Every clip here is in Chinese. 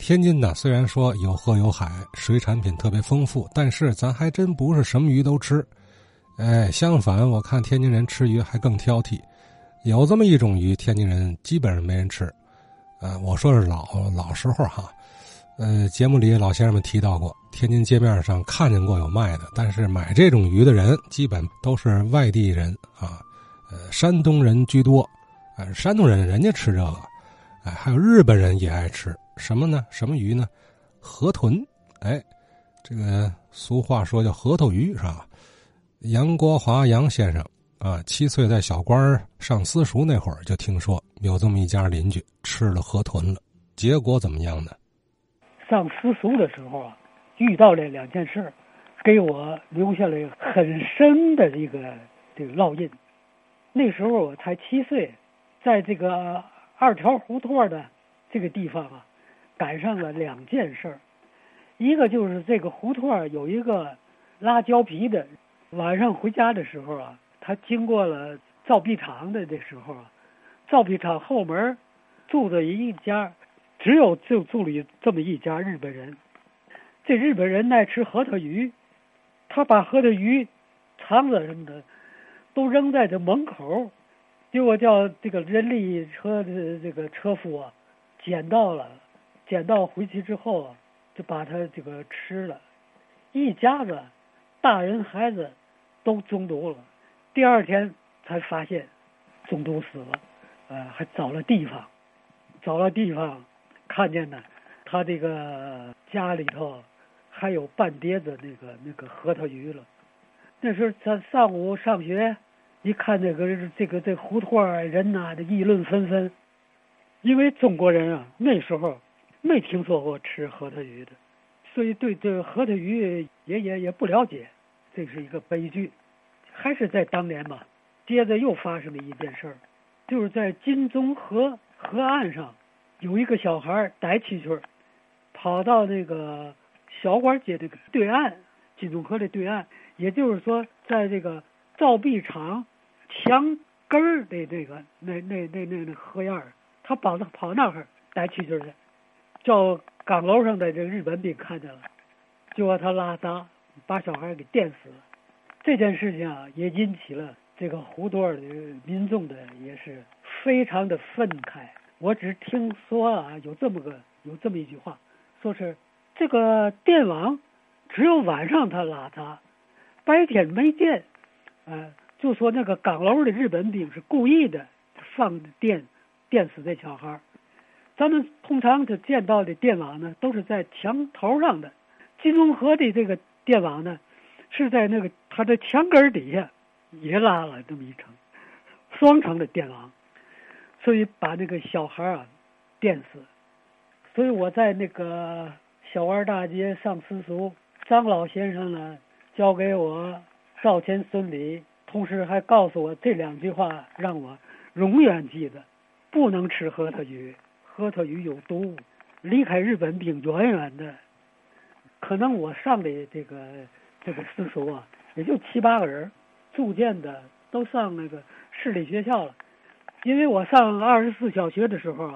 天津呢，虽然说有河有海，水产品特别丰富，但是咱还真不是什么鱼都吃。相反，我看天津人吃鱼还更挑剔，有这么一种鱼，天津人基本上没人吃。我说是老时候哈，节目里老先生们提到过，天津街面上看见过有卖的，但是买这种鱼的人基本都是外地人啊，山东人居多。山东人家吃这个，还有日本人也爱吃什么呢？什么鱼呢？河豚。这个俗话说叫核桃鱼是吧？杨国华杨先生7岁在小官上私塾那会儿就听说有这么一家邻居吃了河豚了，结果怎么样呢？ 上私塾的时候遇到了2件事，给我留下了很深的这个烙印。那时候我才7岁，在这个2条胡同的这个地方赶上了2件事。一个就是这个胡同有一个拉胶皮的，晚上回家的时候他经过了造币厂的这时候造币厂后门住着一家，就住了这么一家日本人。这日本人爱吃核桃鱼，他把核桃鱼肠子什么的都扔在这门口，结果叫这个人力车的这个车夫捡到回去之后就把它这个吃了，一家子大人孩子都中毒了。第2天才发现中毒死了，还找了地方看见呢，他这个家里头还有半碟子那个核桃鱼了。那时候他上午上学，一看这胡同人这议论纷纷，因为中国人那时候没听说过吃核桃鱼的，所以对这核桃鱼也不了解，这是一个悲剧。还是在当年吧，接着又发生了一件事儿，就是在金钟河岸上，有一个小孩逮蛐蛐，跑到那个小馆街这个对岸，金钟河的对岸，也就是说在这个造币厂墙根儿的那河沿儿，他跑那儿逮蛐蛐去，叫岗楼上的这个日本兵看见了，就让他拉闸，把小孩给电死了。这件事情也引起了这个胡同的民众的也是非常的愤慨。我只听说有这么一句话，说是这个电网只有晚上他拉闸，白天没电。就说那个岗楼的日本兵是故意的放电死这小孩。咱们通常就见到的电网呢，都是在墙头上的，金钟河的这个电网呢，是在那个它的墙根底下也拉了这么一层双层的电网，所以把那个小孩电死。所以我在那个小湾大街上私塾，张老先生呢教给我赵钱孙李，同时还告诉我这2句话，让我永远记得：不能吃核桃鱼，核桃鱼有毒，离开日本兵远远的。可能我上的这个私塾也就7、8个人，逐渐的都上那个市立学校了。因为我上24小学的时候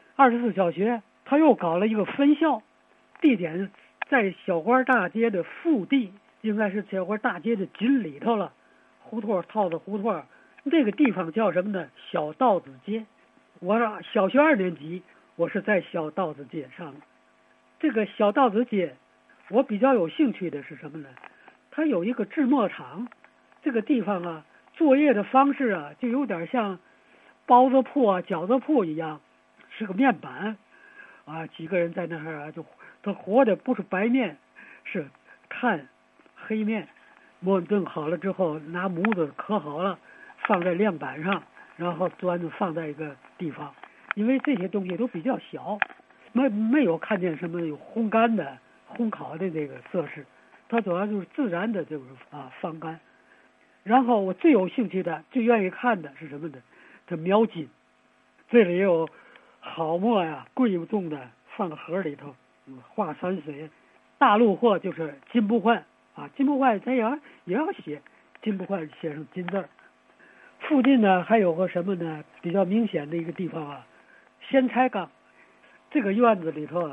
24小学他又搞了一个分校，地点在小官大街的腹地，应该是小官大街的紧里头了，胡同套子胡同，这个地方叫什么呢？小道子街。我小学2年级，我是在小道子街上的。这个小道子街我比较有兴趣的是什么呢？它有一个制墨厂，这个地方作业的方式就有点像包子铺饺子铺一样，是个面板几个人在那儿就他和的不是白面，是炭黑面，磨炖好了之后拿模子刻好了，放在亮板上，然后端着放在一个地方。因为这些东西都比较小，没有看见什么有烘干的烘烤的这个设施，它主要就是自然的就是放干。然后我最有兴趣的最愿意看的是什么呢？这描金，这里有好墨贵重的放盒里头，画山水。大陆货就是金不换金不换它也要写金不换，写上金字。附近呢还有个什么呢？比较明显的一个地方鲜菜缸。这个院子里头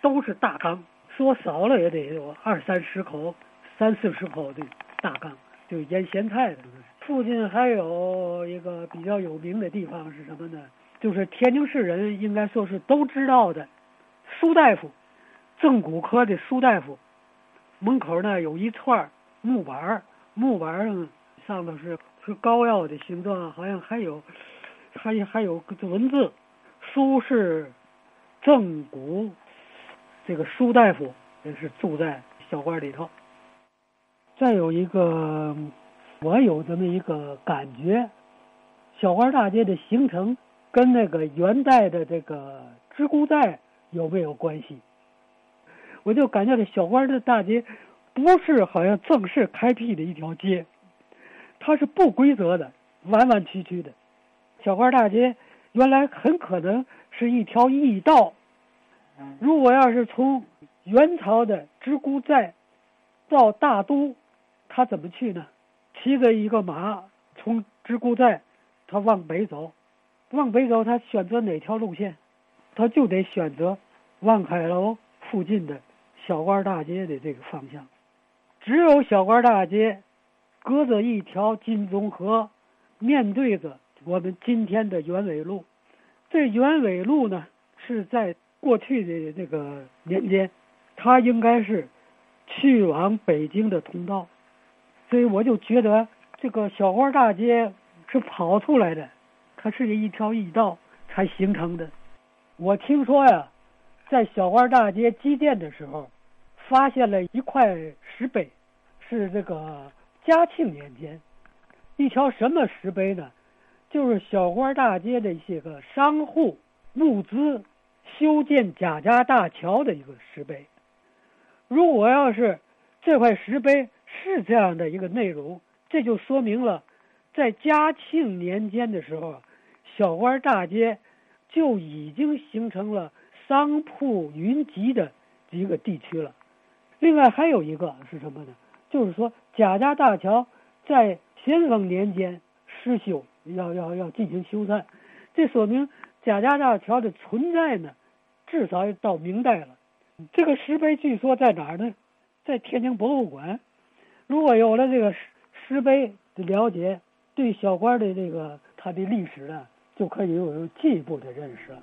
都是大缸，说少了也得有20-30口、30-40口的大缸，就腌咸菜的。附近还有一个比较有名的地方是什么呢？就是天津市人应该说是都知道的苏大夫，正骨科的苏大夫。门口呢有一串木板，木板上头是膏药的形状，好像还有个文字，苏是正骨，这个苏大夫也是住在小馆里头。再有一个，我有这么一个感觉，小馆大街的形成跟那个元代的这个支孤寨有没有关系？我就感觉这小馆的大街不是好像正式开辟的一条街，它是不规则的，弯弯曲曲的。小馆大街原来很可能是一条驿道，如果要是从元朝的支孤寨到大都，他怎么去呢？骑着一个马从支孤寨他往北走，他选择哪条路线？他就得选择望海楼附近的小馆大街的这个方向。只有小馆大街隔着一条金钟河，面对着我们今天的原纬路。这原纬路呢，是在过去的这个年间，它应该是去往北京的通道，所以我就觉得这个小馆大街是跑出来的，它是一条驿道才形成的。我听说呀，在小馆大街基建的时候，发现了一块石碑，是这个嘉庆年间。一条什么石碑呢？就是小馆大街的一些个商户募资修建贾家大桥的一个石碑。如果要是这块石碑是这样的一个内容，这就说明了在嘉庆年间的时候，小馆大街就已经形成了商铺云集的一个地区了。另外还有一个是什么呢？就是说贾家大桥在咸丰年间施修，要进行修缮，这说明贾家大桥的存在呢，至少到明代了。这个石碑据说在哪儿呢？在天津博物馆。如果有了这个石碑的了解，对小馆的这个它的历史呢，就可以有进一步的认识了。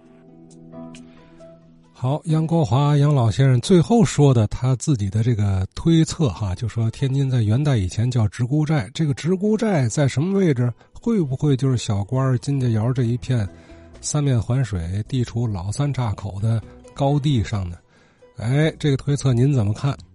好，杨国华杨老先生最后说的他自己的这个推测哈，就说天津在元代以前叫直沽寨，这个直沽寨在什么位置？会不会就是小馆金家窑这一片三面环水、地处老三岔口的高地上呢？哎，这个推测您怎么看？